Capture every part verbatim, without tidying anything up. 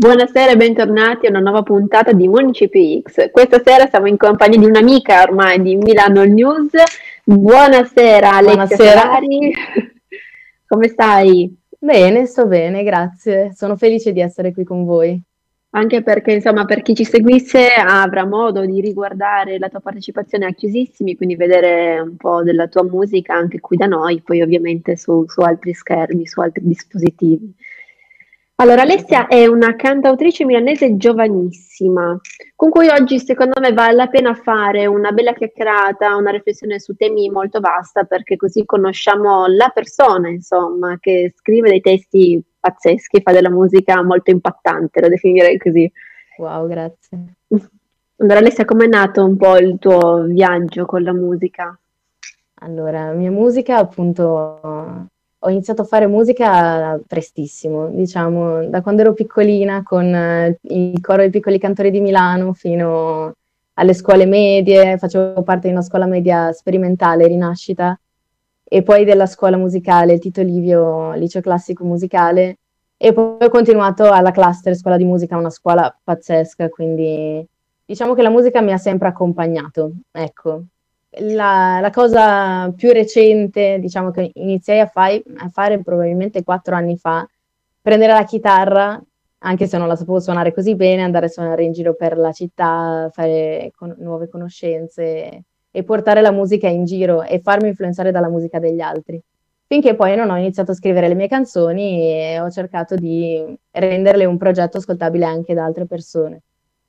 Buonasera e bentornati a una nuova puntata di Municipi X. Questa sera siamo in compagnia di un'amica ormai di Milano News. Buonasera Alessia Buonasera. Ferrari, come stai? Bene, sto bene, grazie. Sono felice di essere qui con voi. Anche perché, insomma, per chi ci seguisse avrà modo di riguardare la tua partecipazione a Chiusissimi, quindi vedere un po' della tua musica anche qui da noi, poi ovviamente su, su altri schermi, su altri dispositivi. Allora, Alessia è una cantautrice milanese giovanissima, con cui oggi secondo me vale la pena fare una bella chiacchierata, una riflessione su temi molto vasta, perché così conosciamo la persona, insomma, che scrive dei testi pazzeschi, fa della musica molto impattante, lo definirei così. Wow, grazie. Allora, Alessia, com'è nato un po' il tuo viaggio con la musica? Allora, mia musica, appunto, ho iniziato a fare musica prestissimo, diciamo, da quando ero piccolina con eh, il coro dei piccoli cantori di Milano fino alle scuole medie, facevo parte di una scuola media sperimentale, Rinascita, e poi della scuola musicale, il Tito Livio, liceo classico musicale, e poi ho continuato alla Cluster, scuola di musica, una scuola pazzesca, quindi diciamo che la musica mi ha sempre accompagnato, ecco. La, la cosa più recente, diciamo che iniziai a, fai- a fare probabilmente quattro anni fa, prendere la chitarra, anche se non la sapevo suonare così bene, andare a suonare in giro per la città, fare con- nuove conoscenze e portare la musica in giro e farmi influenzare dalla musica degli altri. Finché poi non ho iniziato a scrivere le mie canzoni e ho cercato di renderle un progetto ascoltabile anche da altre persone.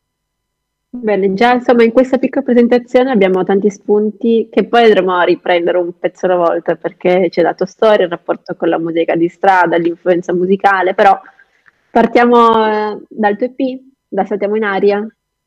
Bene, già insomma in questa piccola presentazione abbiamo tanti spunti che poi andremo a riprendere un pezzo alla volta perché ci hai dato storia, il rapporto con la musica di strada, l'influenza musicale, però partiamo eh, dal tuo E P, da Saltiamo in aria.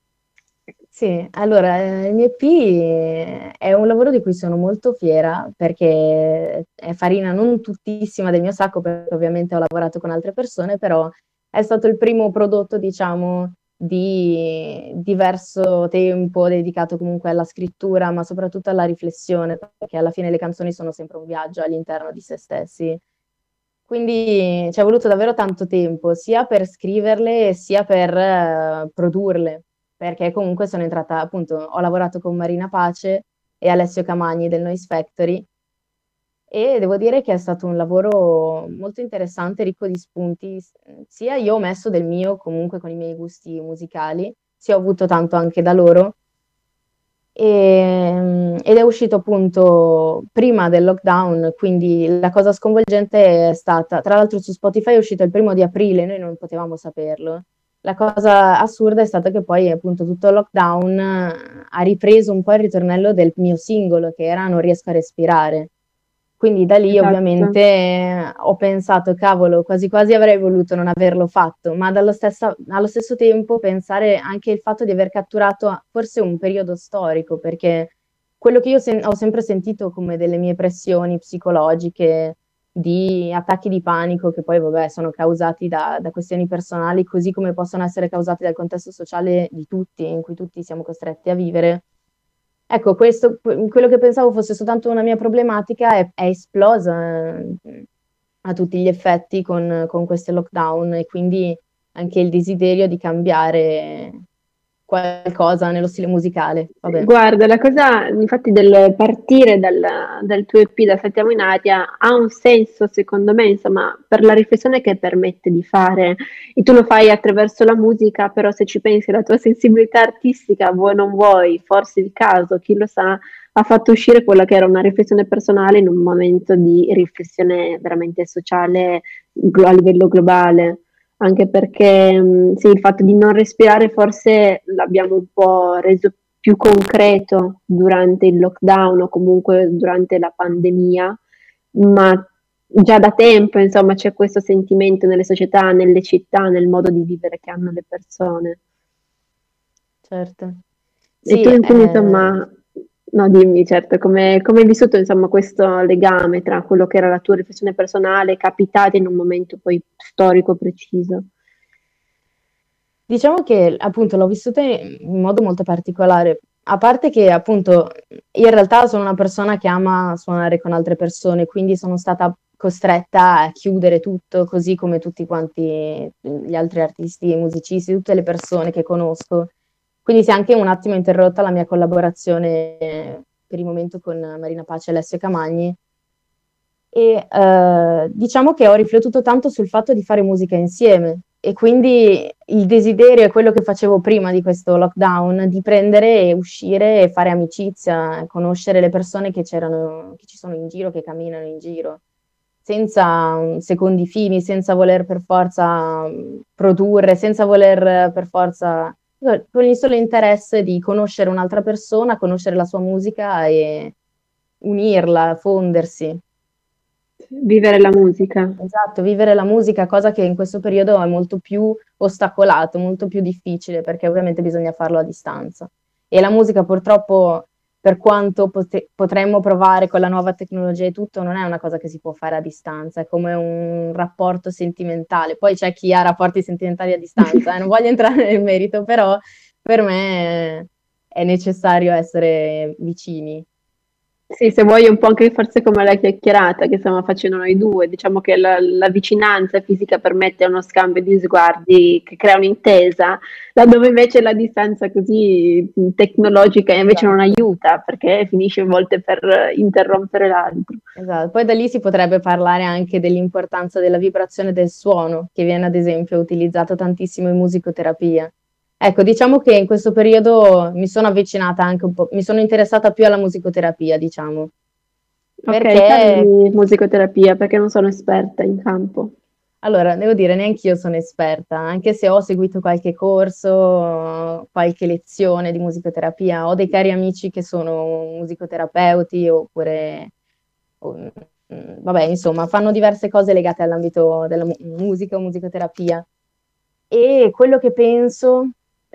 Sì, allora, eh, il mio E P è un lavoro di cui sono molto fiera perché è farina non tuttissima del mio sacco, perché ovviamente ho lavorato con altre persone, però è stato il primo prodotto, diciamo, di diverso tempo dedicato comunque alla scrittura, ma soprattutto alla riflessione, perché alla fine le canzoni sono sempre un viaggio all'interno di se stessi. Quindi ci è voluto davvero tanto tempo, sia per scriverle sia per eh, produrle, perché comunque sono entrata, appunto, ho lavorato con Marina Pace e Alessio Camagni del Noise Factory e devo dire che è stato un lavoro molto interessante, ricco di spunti, s- sia io ho messo del mio comunque con i miei gusti musicali, sia ho avuto tanto anche da loro. E- ed è uscito appunto prima del lockdown, quindi la cosa sconvolgente è stata, tra l'altro su Spotify è uscito il primo di aprile, noi non potevamo saperlo. La cosa assurda è stata che poi appunto tutto il lockdown eh, ha ripreso un po' il ritornello del mio singolo che era Non riesco a respirare. Quindi da lì Esatto. ovviamente eh, ho pensato, cavolo, quasi quasi avrei voluto non averlo fatto, ma dallo stessa- allo stesso tempo pensare anche il fatto di aver catturato forse un periodo storico, perché quello che io sen- ho sempre sentito come delle mie pressioni psicologiche, di attacchi di panico, che poi vabbè sono causati da, da questioni personali, così come possono essere causati dal contesto sociale di tutti, in cui tutti siamo costretti a vivere. Ecco, questo, quello che pensavo fosse soltanto una mia problematica è, è esplosa eh, a tutti gli effetti con, con questo lockdown e quindi anche il desiderio di cambiare qualcosa nello stile musicale. Vabbè, Guarda, la cosa infatti del partire dal, dal tuo E P da Saltiamo in Aria ha un senso secondo me, insomma, per la riflessione che permette di fare e tu lo fai attraverso la musica, però se ci pensi alla tua sensibilità artistica, vuoi o non vuoi, forse il caso, chi lo sa, ha fatto uscire quella che era una riflessione personale in un momento di riflessione veramente sociale glo- a livello globale. Anche perché mh, sì, il fatto di non respirare forse l'abbiamo un po' reso più concreto durante il lockdown o comunque durante la pandemia, ma già da tempo, insomma, c'è questo sentimento nelle società, nelle città, nel modo di vivere che hanno le persone. certo. E tu Sì, quindi eh, insomma, no, dimmi certo, come come hai vissuto insomma questo legame tra quello che era la tua riflessione personale, capitata in un momento poi storico preciso? diciamo che appunto l'ho vissuta in modo molto particolare, a parte che appunto in realtà sono una persona che ama suonare con altre persone, quindi sono stata costretta a chiudere tutto, così come tutti quanti gli altri artisti e musicisti, tutte le persone che conosco. Quindi si è anche un attimo interrotta la mia collaborazione per il momento con Marina Pace e Alessio Camagni. E eh, diciamo che ho riflettuto tanto sul fatto di fare musica insieme e quindi il desiderio è quello che facevo prima di questo lockdown, di prendere e uscire e fare amicizia, conoscere le persone che c'erano, che ci sono in giro, che camminano in giro, senza mm, secondi fini, senza voler per forza mm, produrre, senza voler eh, per forza, con il solo interesse di conoscere un'altra persona, conoscere la sua musica e unirla, fondersi. Vivere la musica. Esatto, vivere la musica, cosa che in questo periodo è molto più ostacolato, molto più difficile, perché ovviamente bisogna farlo a distanza. E la musica purtroppo, per quanto pote- potremmo provare con la nuova tecnologia e tutto, non è una cosa che si può fare a distanza, è come un rapporto sentimentale. Poi c'è chi ha rapporti sentimentali a distanza, eh, non voglio entrare nel merito, però per me è necessario essere vicini. Sì, se vuoi un po' anche forse come la chiacchierata che stiamo facendo noi due, diciamo che la, la vicinanza fisica permette uno scambio di sguardi che crea un'intesa, laddove invece la distanza così tecnologica invece non Esatto. aiuta perché finisce a volte per interrompere l'altro. Esatto, poi da lì si potrebbe parlare anche dell'importanza della vibrazione del suono, che viene ad esempio utilizzato tantissimo in musicoterapia. Ecco, diciamo che in questo periodo mi sono avvicinata anche un po', mi sono interessata più alla musicoterapia, diciamo, Ok, perché parlami di musicoterapia perché non sono esperta in campo. allora, devo dire, neanch'io sono esperta, anche se ho seguito qualche corso, qualche lezione di musicoterapia, ho dei cari amici che sono musicoterapeuti oppure, o- mm, vabbè, insomma, fanno diverse cose legate all'ambito della mu- musica o musicoterapia. E quello che penso,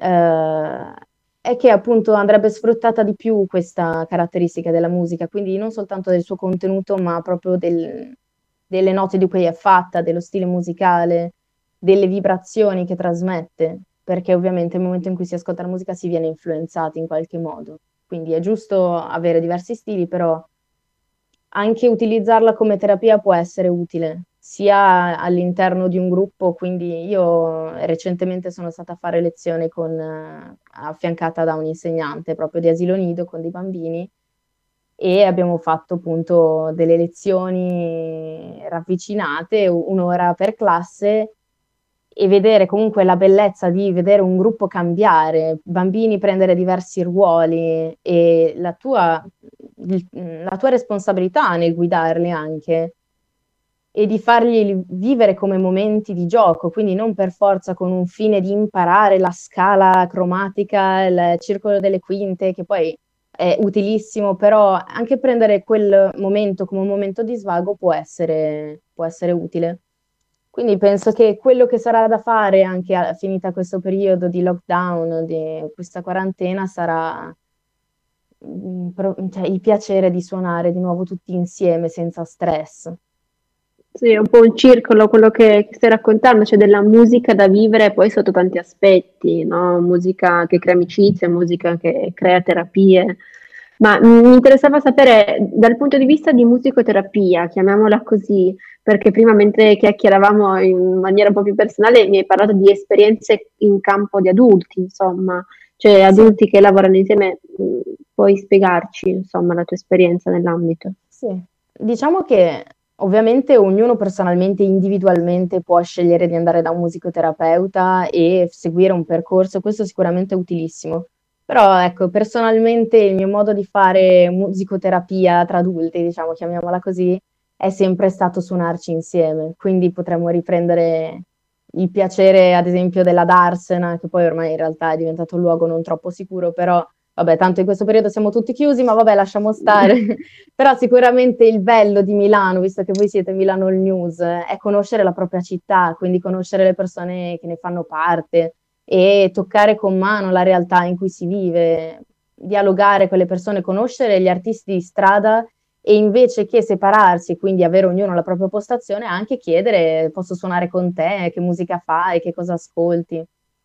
eh, è che appunto andrebbe sfruttata di più questa caratteristica della musica, quindi non soltanto del suo contenuto, ma proprio del- delle note di cui è fatta, dello stile musicale, delle vibrazioni che trasmette, perché ovviamente nel momento in cui si ascolta la musica si viene influenzati in qualche modo. Quindi è giusto avere diversi stili, però anche utilizzarla come terapia può essere utile, sia all'interno di un gruppo, quindi io recentemente sono stata a fare lezione con, eh, affiancata da un insegnante proprio di asilo nido con dei bambini e abbiamo fatto appunto delle lezioni ravvicinate, u- un'ora per classe e vedere comunque la bellezza di vedere un gruppo cambiare, bambini prendere diversi ruoli e la tua, il- la tua responsabilità nel guidarli anche e di farli vivere come momenti di gioco, quindi non per forza con un fine di imparare la scala cromatica, il circolo delle quinte, che poi è utilissimo, però anche prendere quel momento come un momento di svago può essere, può essere utile. Quindi penso che quello che sarà da fare anche a, finita questo periodo di lockdown, di questa quarantena, sarà mm, pro- cioè, il piacere di suonare di nuovo tutti insieme senza stress. Sì, è un po' un circolo quello che, che stai raccontando, cioè della musica da vivere poi sotto tanti aspetti, no? Musica che crea amicizia, musica che crea terapie. Ma mm, mi interessava sapere dal punto di vista di musicoterapia, chiamiamola così, perché prima mentre chiacchieravamo in maniera un po' più personale mi hai parlato di esperienze in campo di adulti, insomma, cioè Sì. adulti che lavorano insieme, mm, puoi spiegarci, insomma, la tua esperienza nell'ambito? Sì, diciamo che ovviamente ognuno personalmente, individualmente può scegliere di andare da un musicoterapeuta e seguire un percorso, questo sicuramente è utilissimo. Però ecco, personalmente il mio modo di fare musicoterapia tra adulti, diciamo, chiamiamola così, è sempre stato suonarci insieme. Quindi potremmo riprendere il piacere, ad esempio, della Darsena, che poi ormai in realtà è diventato un luogo non troppo sicuro, però vabbè, tanto in questo periodo siamo tutti chiusi, ma vabbè, lasciamo stare. Però sicuramente il bello di Milano, visto che voi siete Milano All News, è conoscere la propria città, quindi conoscere le persone che ne fanno parte e toccare con mano la realtà in cui si vive, dialogare con le persone, conoscere gli artisti di strada e invece che separarsi, quindi avere ognuno la propria postazione, anche chiedere posso suonare con te, che musica fai, che cosa ascolti.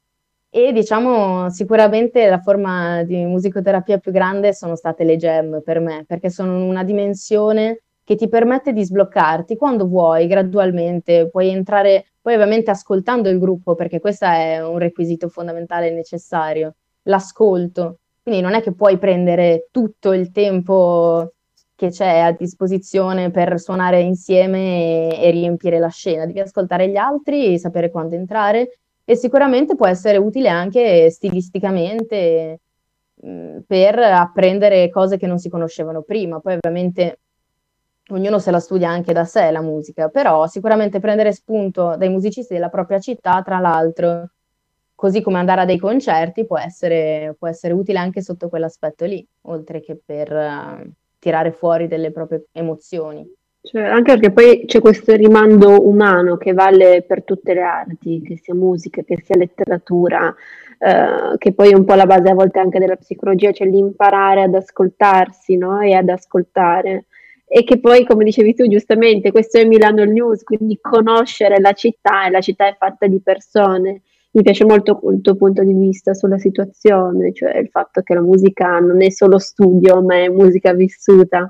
E diciamo sicuramente la forma di musicoterapia più grande sono state le jam per me, perché sono una dimensione che ti permette di sbloccarti quando vuoi, gradualmente, puoi entrare, poi ovviamente ascoltando il gruppo, perché questo è un requisito fondamentale e necessario, l'ascolto. Quindi non è che puoi prendere tutto il tempo che c'è a disposizione per suonare insieme e, e riempire la scena, devi ascoltare gli altri, sapere quando entrare e sicuramente può essere utile anche stilisticamente mh, per apprendere cose che non si conoscevano prima. Poi ovviamente ognuno se la studia anche da sé la musica, però sicuramente prendere spunto dai musicisti della propria città, tra l'altro, così come andare a dei concerti, può essere, può essere utile anche sotto quell'aspetto lì, oltre che per eh, tirare fuori delle proprie emozioni. Cioè, anche perché poi c'è questo rimando umano che vale per tutte le arti, che sia musica, che sia letteratura, eh, che poi è un po' la base a volte anche della psicologia, cioè l'imparare ad ascoltarsi, no? E ad ascoltare. E che poi, come dicevi tu, giustamente, questo è Milano News, quindi conoscere la città, e la città è fatta di persone. Mi piace molto il tuo punto di vista sulla situazione, cioè il fatto che la musica non è solo studio, ma è musica vissuta.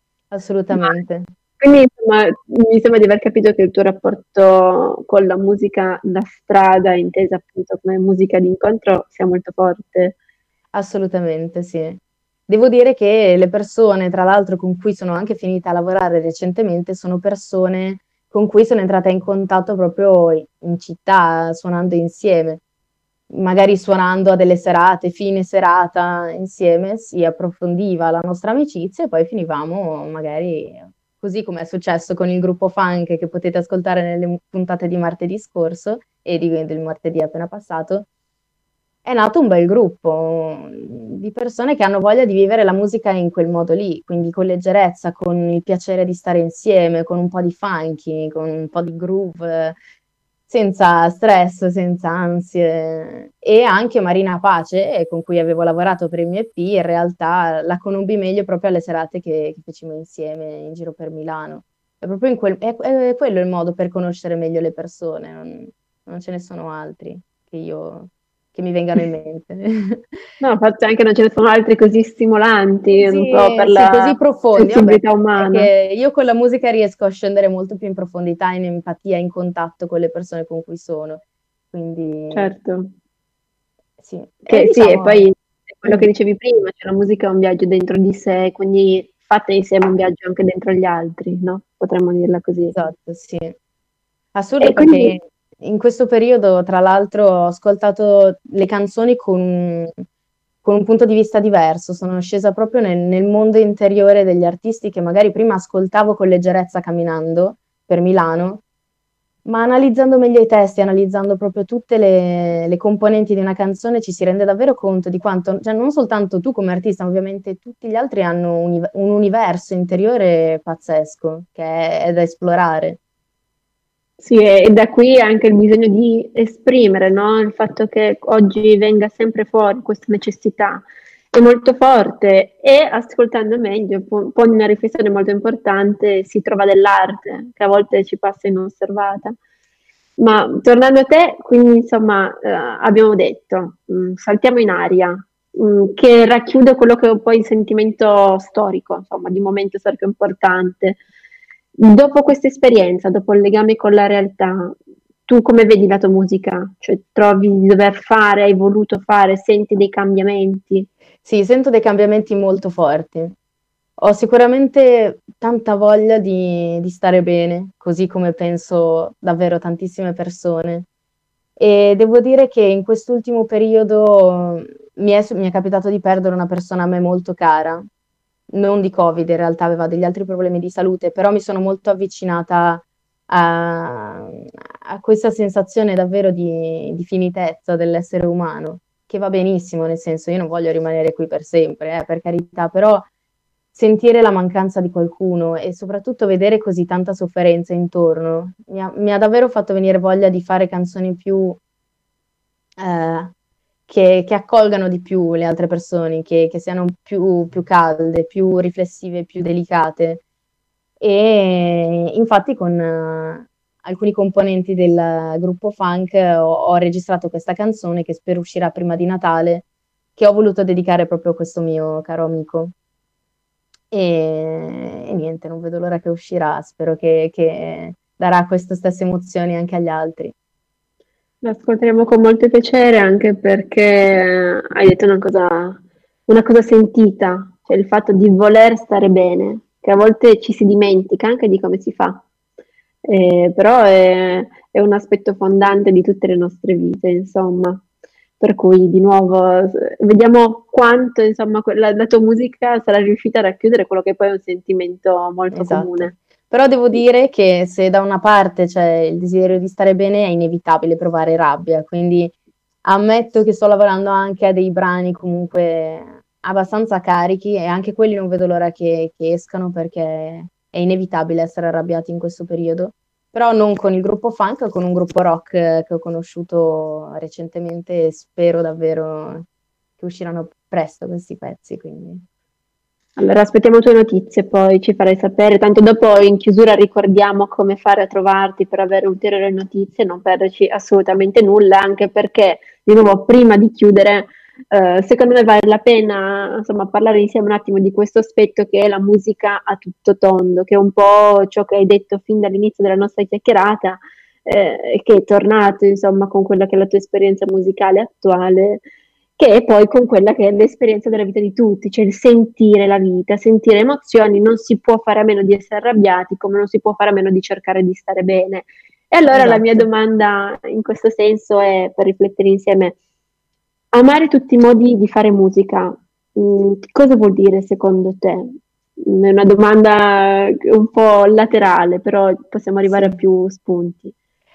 Ma Assolutamente. quindi insomma, mi sembra di aver capito che il tuo rapporto con la musica da strada, intesa appunto come musica d'incontro, sia molto forte. Assolutamente, sì. Devo dire che le persone, tra l'altro, con cui sono anche finita a lavorare recentemente, sono persone con cui sono entrata in contatto proprio in città, suonando insieme. Magari suonando a delle serate, fine serata insieme, si approfondiva la nostra amicizia e poi finivamo magari così come è successo con il gruppo funk che potete ascoltare nelle puntate di martedì scorso e di, del martedì appena passato. È nato un bel gruppo di persone che hanno voglia di vivere la musica in quel modo lì, quindi con leggerezza, con il piacere di stare insieme, con un po' di funky, con un po' di groove, senza stress, senza ansie. E anche Marina Pace, eh, con cui avevo lavorato per il mio E P, in realtà la conobbi meglio proprio alle serate che, che fecimo insieme in giro per Milano. È proprio in quel, è, è quello il modo per conoscere meglio le persone, non, non ce ne sono altri che io che mi vengano in mente. No, forse anche non ce ne sono altri così stimolanti, non so, Sì, per sì, la così profondi. Vabbè, sensibilità è umana. che io con la musica riesco a scendere molto più in profondità, in empatia, in contatto con le persone con cui sono. Quindi Certo. sì, e Che sì, e diciamo, poi è quello mm, che dicevi prima, cioè la musica è un viaggio dentro di sé, quindi fate insieme un viaggio anche dentro gli altri, no? Potremmo dirla così. esatto, sì. E Assurdo quindi perché in questo periodo, tra l'altro, ho ascoltato le canzoni con, con un punto di vista diverso. Sono scesa proprio nel, nel mondo interiore degli artisti che magari prima ascoltavo con leggerezza camminando per Milano, ma analizzando meglio i testi, analizzando proprio tutte le, le componenti di una canzone, ci si rende davvero conto di quanto, cioè non soltanto tu come artista, ma ovviamente tutti gli altri hanno un, un universo interiore pazzesco che è è da esplorare. sì, e, e da qui anche il bisogno di esprimere, no? Il fatto che oggi venga sempre fuori questa necessità è molto forte e ascoltando meglio, po- pone una riflessione molto importante, si trova dell'arte che a volte ci passa inosservata. Ma tornando a te, quindi insomma, eh, abbiamo detto, mh, saltiamo in aria, mh, che racchiude quello che è poi il sentimento storico, insomma, di un momento storico importante. Dopo questa esperienza, dopo il legame con la realtà, tu come vedi la tua musica? Cioè, trovi di dover fare, hai voluto fare, senti dei cambiamenti? Sì, sento dei cambiamenti molto forti. Ho sicuramente tanta voglia di, di stare bene, così come penso davvero tantissime persone. E devo dire che in quest'ultimo periodo mi è, mi è capitato di perdere una persona a me molto cara, non di Covid, in realtà aveva degli altri problemi di salute, però mi sono molto avvicinata a, a questa sensazione davvero di, di finitezza dell'essere umano, che va benissimo, nel senso io non voglio rimanere qui per sempre, eh, per carità, però sentire la mancanza di qualcuno e soprattutto vedere così tanta sofferenza intorno mi ha, mi ha davvero fatto venire voglia di fare canzoni più eh, che, che accolgano di più le altre persone, che, che siano più, più calde, più riflessive, più delicate. E infatti con eh, alcuni componenti del gruppo funk ho, ho registrato questa canzone che spero uscirà prima di Natale, che ho voluto dedicare proprio a questo mio caro amico. e, e niente, non vedo l'ora che uscirà, spero che, che darà queste stesse emozioni anche agli altri. Lo ascolteremo con molto piacere anche perché eh, hai detto una cosa, una cosa sentita, cioè il fatto di voler stare bene, che a volte ci si dimentica anche di come si fa. Eh, però è, è un aspetto fondante di tutte le nostre vite, insomma. Per cui di nuovo s- vediamo quanto, insomma, que- la, la tua musica sarà riuscita a racchiudere quello che poi è un sentimento molto Esatto. comune. Però devo dire che se da una parte c'è il desiderio di stare bene, è inevitabile provare rabbia, quindi ammetto che sto lavorando anche a dei brani comunque abbastanza carichi e anche quelli non vedo l'ora che, che escano perché è inevitabile essere arrabbiati in questo periodo. Però non con il gruppo funk, con un gruppo rock eh, che ho conosciuto recentemente e spero davvero che usciranno presto questi pezzi, quindi Allora, aspettiamo tue notizie, poi ci farai sapere. Tanto dopo in chiusura ricordiamo come fare a trovarti per avere ulteriori notizie, non perderci assolutamente nulla, anche perché, di nuovo, prima di chiudere, eh, secondo me vale la pena, insomma, parlare insieme un attimo di questo aspetto che è la musica a tutto tondo, che è un po' ciò che hai detto fin dall'inizio della nostra chiacchierata, eh, e che è tornato, insomma, con quella che è la tua esperienza musicale attuale che è poi con quella che è l'esperienza della vita di tutti, cioè il sentire la vita, sentire emozioni, non si può fare a meno di essere arrabbiati, come non si può fare a meno di cercare di stare bene. E allora la mia esatto. domanda in questo senso è, per riflettere insieme, amare tutti i modi di fare musica, mm, cosa vuol dire secondo te? Mm, È una domanda un po' laterale, però possiamo arrivare a Sì. più spunti.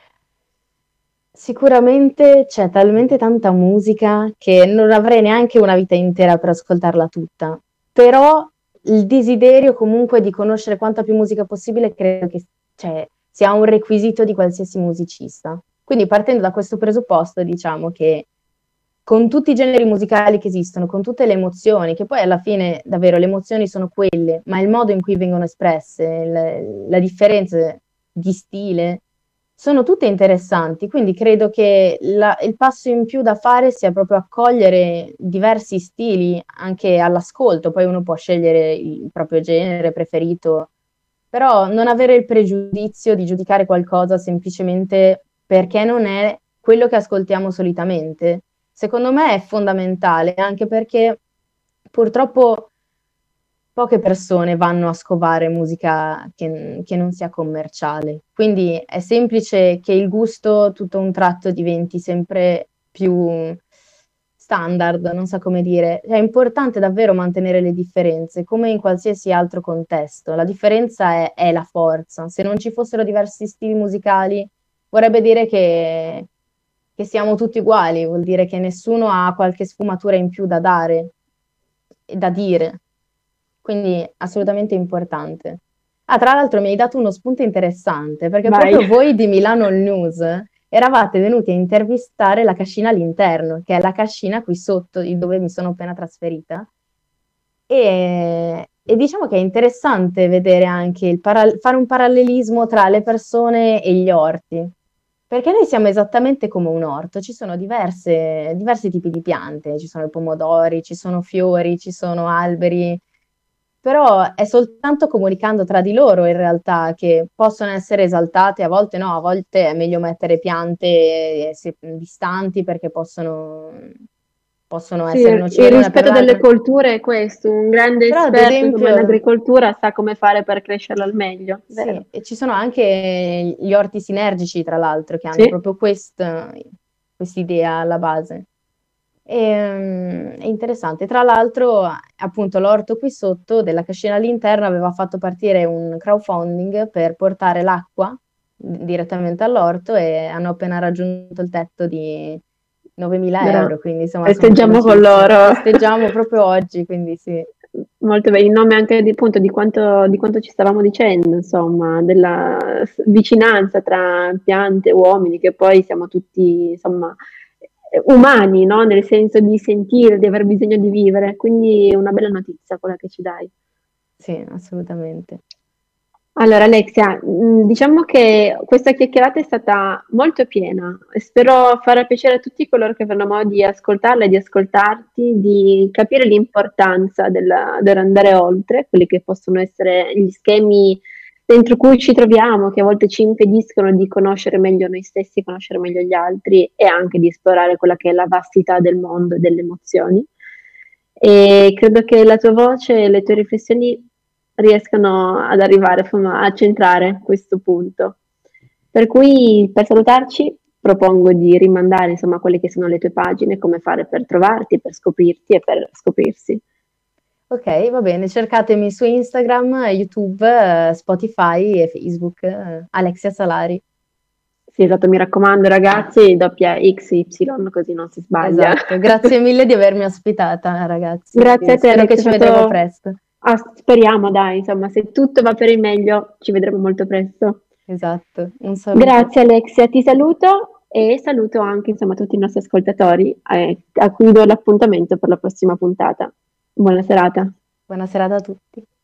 Sicuramente c'è talmente tanta musica che non avrei neanche una vita intera per ascoltarla tutta, però il desiderio comunque di conoscere quanta più musica possibile credo che cioè, sia un requisito di qualsiasi musicista. Quindi partendo da questo presupposto, diciamo che con tutti i generi musicali che esistono, con tutte le emozioni, che poi alla fine davvero le emozioni sono quelle, ma il modo in cui vengono espresse, il- la differenza di stile, sono tutte interessanti, quindi credo che la- il passo in più da fare sia proprio accogliere diversi stili anche all'ascolto, poi uno può scegliere il proprio genere preferito, però non avere il pregiudizio di giudicare qualcosa semplicemente perché non è quello che ascoltiamo solitamente, secondo me è fondamentale, anche perché purtroppo poche persone vanno a scovare musica che, che non sia commerciale. Quindi è semplice che il gusto tutto a un tratto diventi sempre più standard, non so come dire. È importante davvero mantenere le differenze, come in qualsiasi altro contesto. La differenza è, è la forza. Se non ci fossero diversi stili musicali, vorrebbe dire che, che siamo tutti uguali, vuol dire che nessuno ha qualche sfumatura in più da dare e da dire. Quindi assolutamente importante. Ah, tra l'altro mi hai dato uno spunto interessante, perché Vai. proprio voi di Milano il News eravate venuti a intervistare la cascina all'interno, che è la cascina qui sotto, di dove mi sono appena trasferita. E, e diciamo che è interessante vedere anche il para- fare un parallelismo tra le persone e gli orti, perché noi siamo esattamente come un orto, ci sono diverse, diversi tipi di piante, ci sono i pomodori, ci sono fiori, ci sono alberi, però è soltanto comunicando tra di loro in realtà che possono essere esaltate, a volte no, a volte è meglio mettere piante eh, se- distanti perché possono, possono Sì, essere il nocive l'una per rispetto delle l'altra. colture è questo, un grande Però ad esperto come in esempio, agricoltura sa come fare per crescerla al meglio, sì, vero? e ci sono anche gli orti sinergici, tra l'altro, che hanno Sì. proprio quest- quest'idea alla base. E, è interessante. Tra l'altro, appunto, l'orto qui sotto della cascina all'interno aveva fatto partire un crowdfunding per portare l'acqua direttamente all'orto e hanno appena raggiunto il tetto di novemila Vera- euro, quindi insomma sono Festeggiamo con felicissima. loro. Festeggiamo proprio oggi, quindi sì. Molto bene, in nome anche di, appunto, di quanto, di quanto ci stavamo dicendo, insomma, della s- vicinanza tra piante e uomini, che poi siamo tutti, insomma, eh, umani, no? Nel senso di sentire, di aver bisogno di vivere. Quindi è una bella notizia quella che ci dai. Sì, assolutamente. Allora, Alexia, mh, diciamo che questa chiacchierata è stata molto piena e spero farà piacere a tutti coloro che avranno modo di ascoltarla e di ascoltarti, di capire l'importanza del- dell'andare oltre quelli che possono essere gli schemi dentro cui ci troviamo, che a volte ci impediscono di conoscere meglio noi stessi, conoscere meglio gli altri e anche di esplorare quella che è la vastità del mondo e delle emozioni. E credo che la tua voce e le tue riflessioni riescano ad arrivare insomma, a centrare questo punto. Per cui per salutarci propongo di rimandare insomma quelle che sono le tue pagine, come fare per trovarti, per scoprirti e per scoprirsi. Ok, va bene, cercatemi su Instagram, YouTube, eh, Spotify e Facebook, eh, Alexia Salari. Sì, esatto, mi raccomando ragazzi, doppia X Y così non si sbaglia. Esatto, grazie mille di avermi ospitata, ragazzi. Grazie a te Spero Alex, che è ci vedremo stato... presto. ah, speriamo dai, insomma, se tutto va per il meglio ci vedremo molto presto. Esatto, un saluto. Grazie Alexia, ti saluto e saluto anche insomma, tutti i nostri ascoltatori eh, a cui do l'appuntamento per la prossima puntata. Buona serata. Buona serata a tutti.